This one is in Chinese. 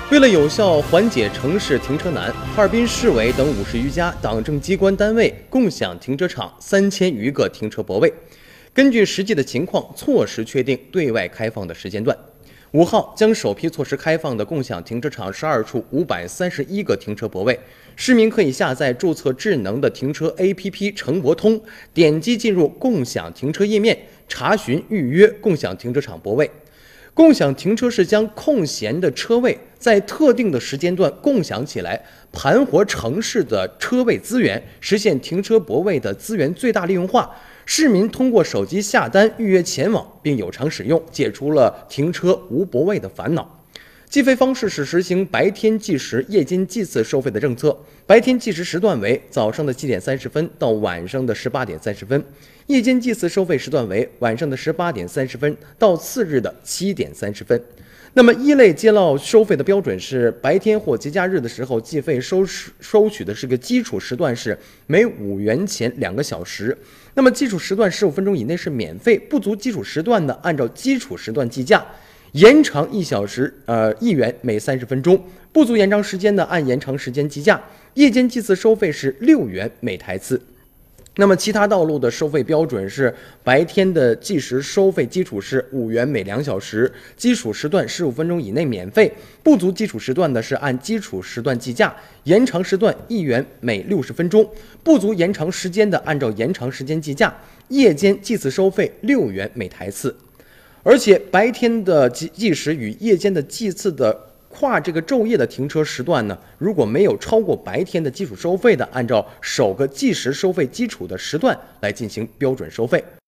为了有效缓解城市停车难，哈尔滨市委等50余家党政机关单位共享停车场3000余个停车泊位，根据实际的情况，错时确定对外开放的时间段。5号将首批错时开放的共享停车场12处531个停车泊位，市民可以下载注册智能的停车 APP 乘泊通，点击进入共享停车页面，查询预约共享停车场泊位。共享停车是将空闲的车位在特定的时间段共享起来，盘活城市的车位资源，实现停车泊位的资源最大利用化。市民通过手机下单预约前往，并有偿使用，解除了停车无泊位的烦恼。计费方式是实行白天计时、夜间计次收费的政策。白天计时时段为早上的7点30分到晚上的18点30分，夜间计次收费时段为晚上的18点30分到次日的7点30分。那么一类街道收费的标准是白天或节假日的时候计费收取的是个基础时段是每5元钱2个小时。那么基础时段15分钟以内是免费，不足基础时段的按照基础时段计价。延长1小时，1元每30分钟；不足延长时间的按延长时间计价。夜间计次收费是6元每台次。那么其他道路的收费标准是：白天的计时收费基础是5元每2小时，基础时段15分钟以内免费；不足基础时段的是按基础时段计价，延长时段1元每60分钟；不足延长时间的按照延长时间计价。夜间计次收费6元每台次。而且白天的计时与夜间的计次的跨这个昼夜的停车时段呢，如果没有超过白天的基础收费的，按照首个计时收费基础的时段来进行标准收费。